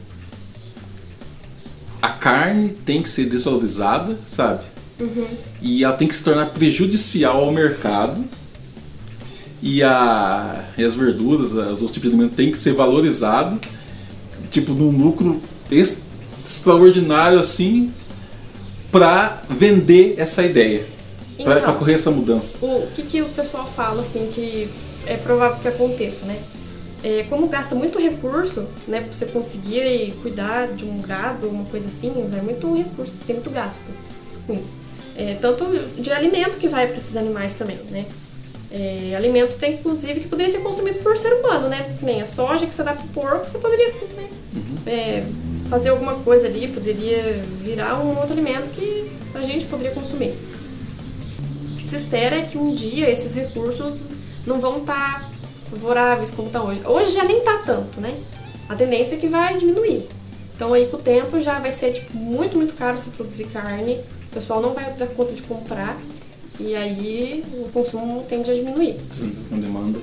A carne tem que ser desvalorizada, sabe? E ela tem que se tornar prejudicial ao mercado. E as verduras, os outros tipos de alimento tem que ser valorizado, tipo, num lucro extraordinário, assim, para vender essa ideia, para correr essa mudança.
O que o pessoal fala, assim, que é provável que aconteça, né? Como gasta muito recurso, né, pra você conseguir cuidar de um gado, uma coisa assim, é muito recurso, tem muito gasto com isso. Tanto de alimento que vai para esses animais também, né? Alimento tem, inclusive, que poderia ser consumido por ser humano, né? Que nem a soja que você dá pro porco, você poderia, né, fazer alguma coisa ali, poderia virar um outro alimento que a gente poderia consumir. O que se espera é que um dia esses recursos não vão estar favoráveis como está hoje. Hoje já nem está tanto, né? A tendência é que vai diminuir. Então aí com o tempo já vai ser tipo, muito, muito caro se produzir carne. O pessoal não vai dar conta de comprar. E aí o consumo tende a diminuir.
Sim, com demanda.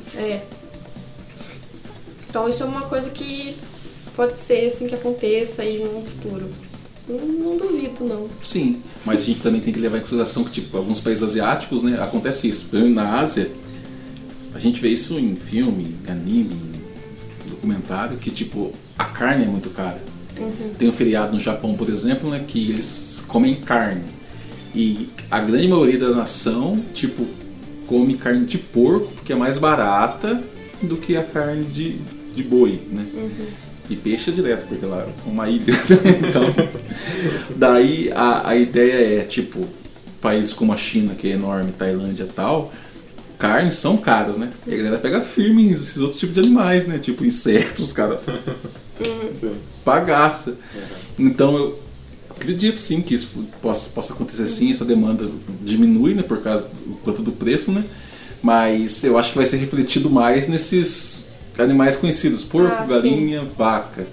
Então isso é uma coisa que pode ser assim que aconteça aí no futuro. Não duvido, não.
Sim, mas a gente também tem que levar em consideração que, tipo, alguns países asiáticos, né, acontece isso. Por exemplo, na Ásia, A gente vê isso em filme, em anime, em documentário, que tipo, a carne é muito cara. Tem um feriado no Japão, por exemplo, né, que eles comem carne. E a grande maioria da nação, tipo, come carne de porco, porque é mais barata do que a carne de boi, né? E peixe é direto, porque lá é uma ilha. Então, daí a ideia é, tipo, países como a China, que é enorme, Tailândia e tal, carnes são caras, né? E a galera pega firme esses outros tipos de animais, né? Tipo insetos, cara. Bagaça. Então eu acredito sim que isso possa acontecer sim, essa demanda diminui, né? Por causa do quanto do preço, né? Mas eu acho que vai ser refletido mais nesses animais conhecidos, porco, galinha, vaca.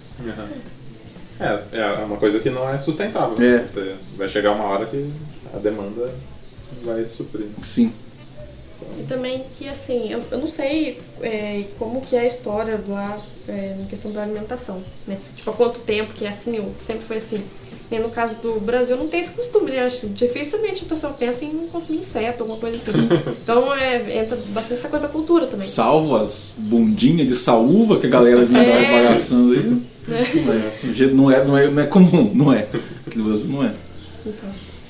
É uma coisa que não é sustentável. Você vai chegar uma hora que a demanda vai suprir.
Sim.
E também que, assim, eu não sei como que é a história lá na questão da alimentação, né? Tipo, há quanto tempo que é assim, ou sempre foi assim. E no caso do Brasil não tem esse costume, né? Dificilmente a pessoa pensa em consumir inseto, alguma coisa assim. Então entra bastante essa coisa da cultura também.
Salvo as bundinhas de saúva que a galera vinha bagaçando aí. Mas não é comum, não é. Aqui no Brasil não é.
Então.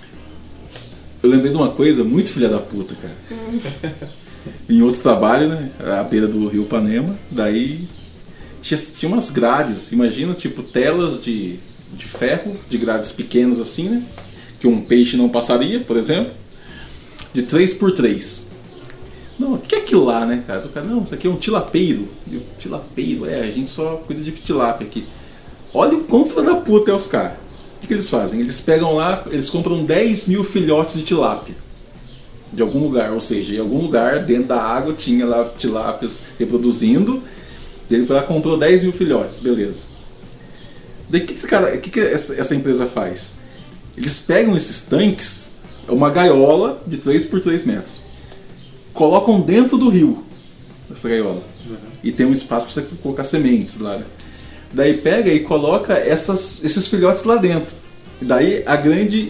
Eu lembrei de uma coisa muito filha da puta, cara. Em outro trabalho, né? À beira do Rio Panema, daí tinha umas grades, imagina, tipo telas de ferro, de grades pequenas assim, né? Que um peixe não passaria, por exemplo, de 3x3. Não, o que é aquilo lá, né, cara? O cara, não, isso aqui é um tilapeiro. E o tilapeiro, a gente só cuida de tilápia aqui. Olha o quão filha da puta é os caras. O que eles fazem? Eles pegam lá, eles compram 10 mil filhotes de tilápia. De algum lugar, ou seja, em algum lugar dentro da água tinha lá tilápias reproduzindo. E ele foi lá e comprou 10 mil filhotes, beleza. Daí o que essa empresa faz? Eles pegam esses tanques, uma gaiola de 3x3 metros, colocam dentro do rio essa gaiola. E tem um espaço para você colocar sementes lá, né? Daí pega e coloca esses filhotes lá dentro. E daí a grande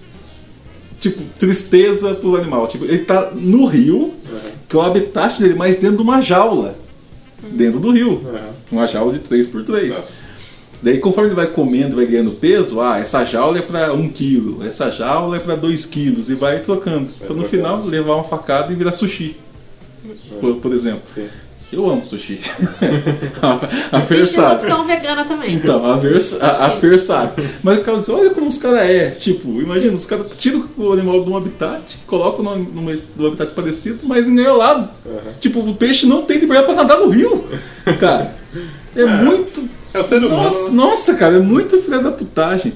tristeza pro animal. Tipo, ele tá no rio, que é o habitat dele, mas dentro de uma jaula. Dentro do rio. Uma jaula de 3x3. Daí conforme ele vai comendo, vai ganhando peso, essa jaula é para 1 kg, essa jaula é para 2 kg, e vai trocando. Para no final levar uma facada e virar sushi. Por exemplo. Sim. Eu amo sushi. A Fer sabe.
Opção vegana também.
Então, a Fer sabe. Mas o cara diz, olha como os caras Tipo, imagina, os caras tiram o animal de um habitat, colocam num habitat parecido, mas engaiolado. Tipo, o peixe não tem liberdade para nadar no rio. Cara, muito...
É o ser humano.
Nossa, cara, é muito filha da putagem.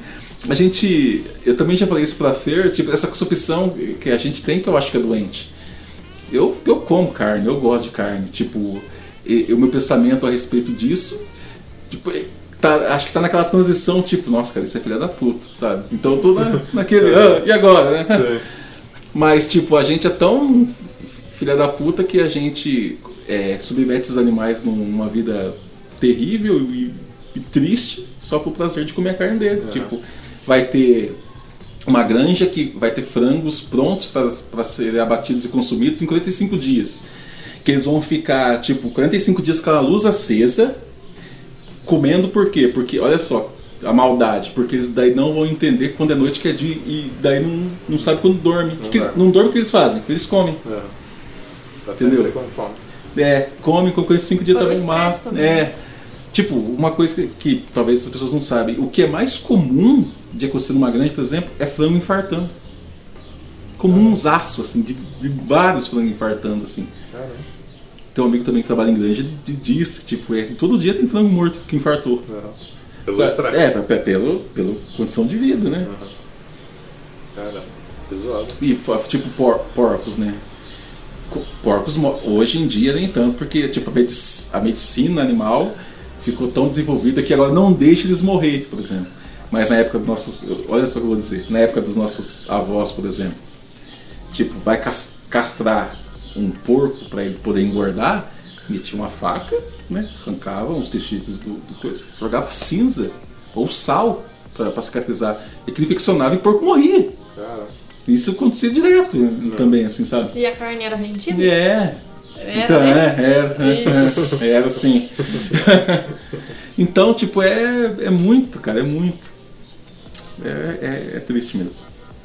Eu também já falei isso pra Fer, tipo, essa concepção que a gente tem, que eu acho que é doente. Eu como carne, eu gosto de carne. Tipo, o meu pensamento a respeito disso, tipo, acho que tá naquela transição, tipo, nossa, cara, isso é filha da puta, sabe? Então eu tô naquele, e agora, né? Sim. Mas, tipo, a gente é tão filha da puta que a gente submete os animais numa vida terrível e triste só pro prazer de comer a carne dele. Tipo, vai ter uma granja que vai ter frangos prontos para serem abatidos e consumidos em 45 dias. Que eles vão ficar, tipo, 45 dias com a luz acesa, comendo. Por quê? Porque, olha só, a maldade. Porque eles daí não vão entender quando é noite que é dia e daí não sabe quando dorme. Não dorme, o que eles fazem? Eles comem. Entendeu?
Com fome.
Come com 45 dias também mata. Tipo, uma coisa que talvez as pessoas não sabem, o que é mais comum de acontecer numa granja, por exemplo, é frango infartando. Comunzaço, assim, de vários frangos infartando, assim. Tem um amigo também que trabalha em granja e diz que, tipo, todo dia tem frango morto que infartou.
Pelo estresse.
Pela condição de vida, né?
Caramba, visual.
E, tipo, porcos, né? Porcos, hoje em dia, nem tanto, porque, tipo, a medicina animal ficou tão desenvolvida que agora não deixa eles morrer, por exemplo. Mas na época dos nossos... Olha só o que eu vou dizer. Na época dos nossos avós, por exemplo. Tipo, vai castrar um porco para ele poder engordar, metia uma faca, né? Arrancava uns testículos do coisa, jogava cinza ou sal para cicatrizar. E que infeccionava e o porco morria. Isso acontecia direto também, assim, sabe?
E a carne era vendida?
Então, era sim. Então, tipo, é muito, cara, é muito. É triste mesmo.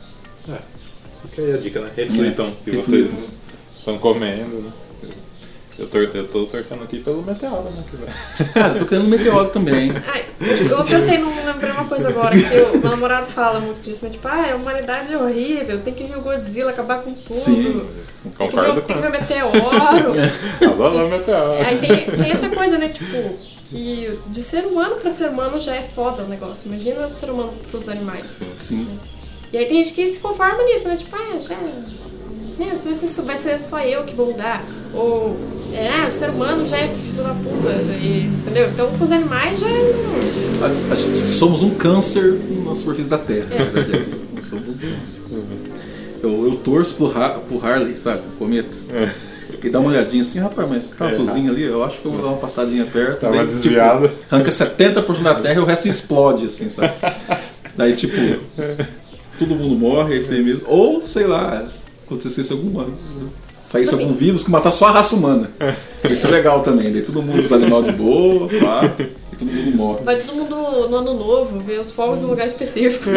Fica aí a dica, né? Reflitam que vocês estão comendo, né? Eu tô torcendo aqui pelo meteoro, né?
Cara, eu tô querendo meteoro também.
Eu pensei, não lembrei uma coisa agora, que o meu namorado fala muito disso, né? Tipo, a humanidade é horrível, tem que vir o Godzilla acabar com tudo.
Sim.
Concordo
tem que ver meteoro.
Adoro meteoro.
Aí tem essa coisa, né? Tipo, que de ser humano pra ser humano já é foda o negócio. Imagina do ser humano pros animais.
Sim.
E aí tem gente que se conforma nisso, né? Tipo, já... Né, vai ser só eu que vou mudar. Ou, o ser humano já é filho da puta. Entendeu? Então, com os animais já é...
Somos um câncer na superfície da Terra. Nós somos um câncer. Eu torço pro Harley, sabe? O cometa. E dá uma olhadinha assim, rapaz, mas tá sozinho ali, eu acho que eu vou dar uma passadinha perto.
Tava
daí,
desviado.
Tipo, arranca 70% da Terra e o resto explode, assim, sabe? Daí, tipo, todo mundo morre, é isso aí mesmo. Ou, sei lá, acontecesse saísse algum vírus que matasse só a raça humana. Isso é legal também. Daí todo mundo, os animais de boa, pá, e todo mundo morre.
Vai todo mundo no ano novo, ver os fogos num lugar específico.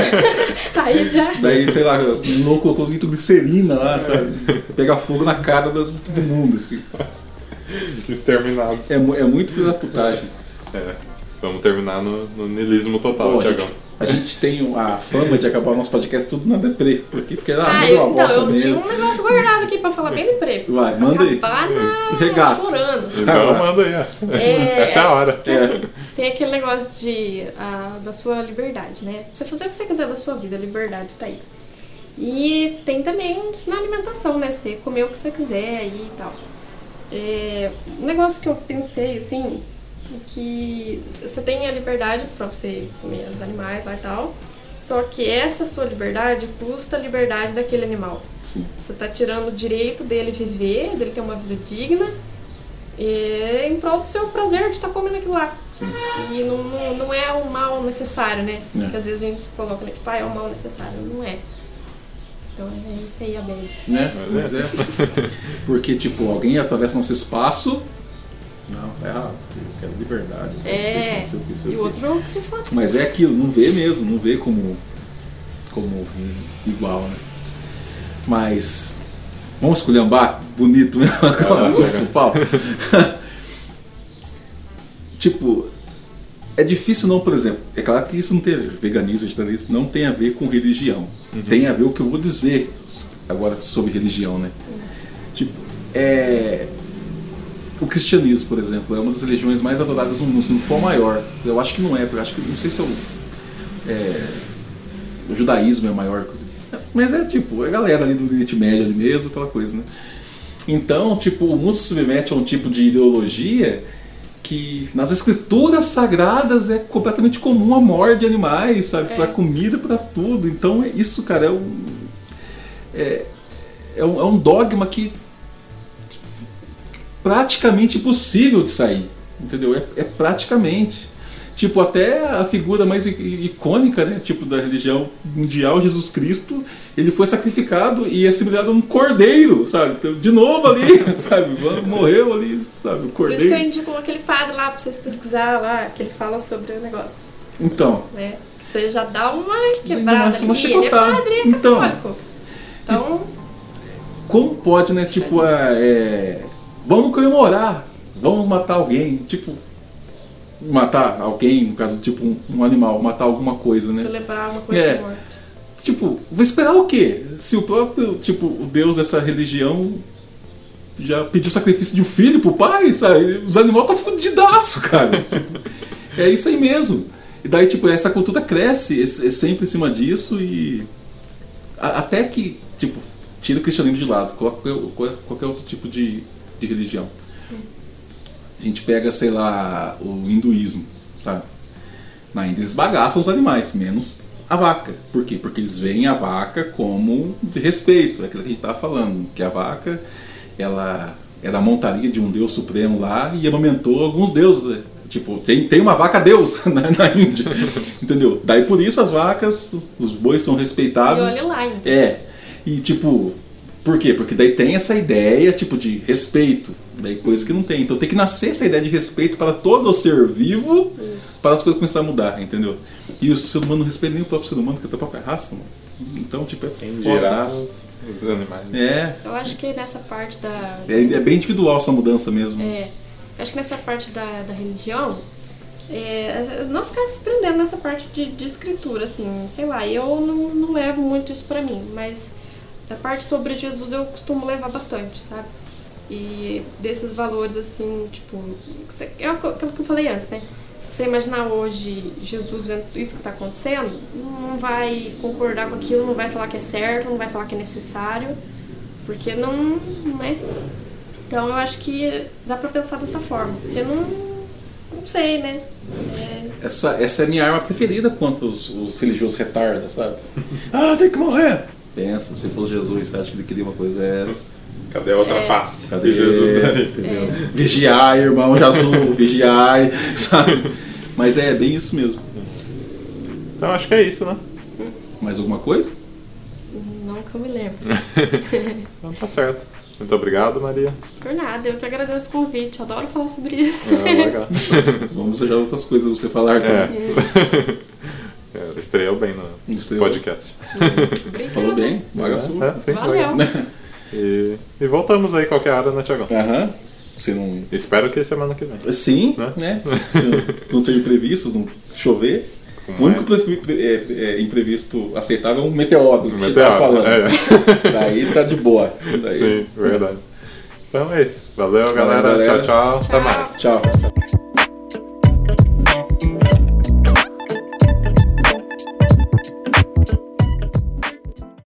Aí já...
Daí, sei lá, o louco colocou nitroglicerina lá, sabe? Pega fogo na cara de todo mundo, assim.
Exterminados.
É muito filho da putagem.
Vamos terminar no niilismo total, Thiagão.
A gente tem a fama de acabar o nosso podcast tudo na deprê. Por quê? Porque uma
então,
bosta
eu
mesmo.
tinha um negócio guardado aqui pra falar bem deprê.
Vai, manda aí.
Acabar
regaço.
chorando.
Então manda aí. Essa é a hora.
Assim, tem aquele negócio da sua liberdade, né? Você fazer o que você quiser da sua vida, a liberdade tá aí. E tem também na alimentação, né? Você comer o que você quiser aí e tal. Um negócio que eu pensei, assim, que você tem a liberdade pra você comer os animais lá e tal, só que essa sua liberdade custa a liberdade daquele animal.
Sim.
Você tá tirando o direito dele viver, dele ter uma vida digna, em prol do seu prazer de estar comendo aquilo lá.
Sim.
E não é um mal necessário, né?
É.
Que às vezes a gente coloca, né, tipo, é um mal necessário. Não é. Então é isso aí, a bad.
Né? Mas porque, tipo, alguém atravessa nosso espaço. Não, tá errado. Eu quero liberdade. Não sei o que.
E o outro que você fala.
Mas é aquilo, não vê mesmo, não vê como igual, né? Mas vamos esculhambar bonito mesmo o pau. Tipo, é difícil não, por exemplo, é claro que isso não tem veganismo, vegetarianismo, não tem a ver com religião. Tem a ver o que eu vou dizer agora sobre religião, né? Tipo, o cristianismo, por exemplo, é uma das religiões mais adoradas no mundo, se não for a maior. Eu acho que não é, porque eu acho que, não sei se o judaísmo é maior. Mas tipo, é a galera ali do Oriente Médio ali mesmo, aquela coisa, né? Então, tipo, o mundo se submete a um tipo de ideologia que nas escrituras sagradas é completamente comum a morte de animais, sabe? Pra comida, pra tudo. Então, isso, cara, é um dogma que praticamente impossível de sair, entendeu? É praticamente. Tipo, até a figura mais icônica, né? Tipo, da religião mundial, Jesus Cristo, ele foi sacrificado e assimilado a um cordeiro, sabe? Então, de novo ali, sabe? Morreu ali, sabe? O cordeiro.
Por isso que eu indico aquele padre lá pra vocês pesquisar lá, que ele fala sobre o negócio.
Então.
Né? Que você já dá uma quebrada ali.
Uma
Ele é padre, é católico. Então.
Como pode, né? Tipo, vamos comemorar, vamos matar alguém, tipo. Matar alguém, no caso, tipo um animal, matar alguma coisa, né?
Celebrar uma coisa morta.
Tipo, vou esperar o quê? Se o próprio, tipo, o Deus dessa religião já pediu sacrifício de um filho pro pai, sabe? Os animais estão fudidaço, cara. Tipo, é isso aí mesmo. E daí, tipo, essa cultura cresce sempre em cima disso e até que, tipo, tira o cristianismo de lado, coloca qualquer outro tipo de religião. A gente pega, sei lá, o hinduísmo, sabe? Na Índia eles bagaçam os animais, menos a vaca. Por quê? Porque eles veem a vaca como de respeito, é aquilo que a gente estava falando, que a vaca, ela era a montaria de um deus supremo lá e amamentou alguns deuses. Tipo, tem uma vaca deus na Índia, entendeu? Daí por isso as vacas, os bois são respeitados.
E olha lá, então.
E tipo, Por quê? Porque daí tem essa ideia, tipo, de respeito. Daí coisa que não tem. Então tem que nascer essa ideia de respeito para todo o ser vivo, para as coisas começarem a mudar, entendeu? E o ser humano não respeita nem o próprio ser humano, que é a própria raça, mano. Então, tipo, é fodaço.
Os animais.
Eu acho que nessa parte da...
É bem individual essa mudança mesmo.
Acho que nessa parte da religião, não ficar se prendendo nessa parte de escritura, assim, sei lá, eu não levo muito isso pra mim, mas a parte sobre Jesus eu costumo levar bastante, sabe? E desses valores, assim, tipo, é aquilo que eu falei antes, né? Se você imaginar hoje Jesus vendo isso que tá acontecendo, não vai concordar com aquilo, não vai falar que é certo, não vai falar que é necessário, porque não é. Então eu acho que dá pra pensar dessa forma, porque não sei, né?
Essa é a minha arma preferida contra os religiosos retardas, sabe? Tem que morrer! Pensa, se fosse Jesus, você acha que ele queria uma coisa essa?
Cadê a outra face?
Cadê
Jesus daí?
Entendeu? Vigiai, irmão Jesus, vigiai, sabe? Mas é bem isso mesmo.
Então acho que é isso, né?
Mais alguma coisa?
Não que eu me lembro.
Então tá certo. Muito obrigado, Maria.
Por nada, eu que agradeço o convite, eu adoro falar sobre isso.
Legal.
Vamos já outras coisas pra você falar também.
Estreou bem no podcast.
Falou bem, vaga sua.
Sim,
valeu.
E voltamos aí qualquer hora, né, Thiagão?
Você não...
Espero que semana que vem.
Sim, né? Se não seja imprevisto, não chover. O único imprevisto aceitável é um meteoro. Que você tá falando. Daí tá de boa. Daí,
sim, verdade. Então é isso. Valeu, galera. Tchau, tchau. Até mais.
Tchau.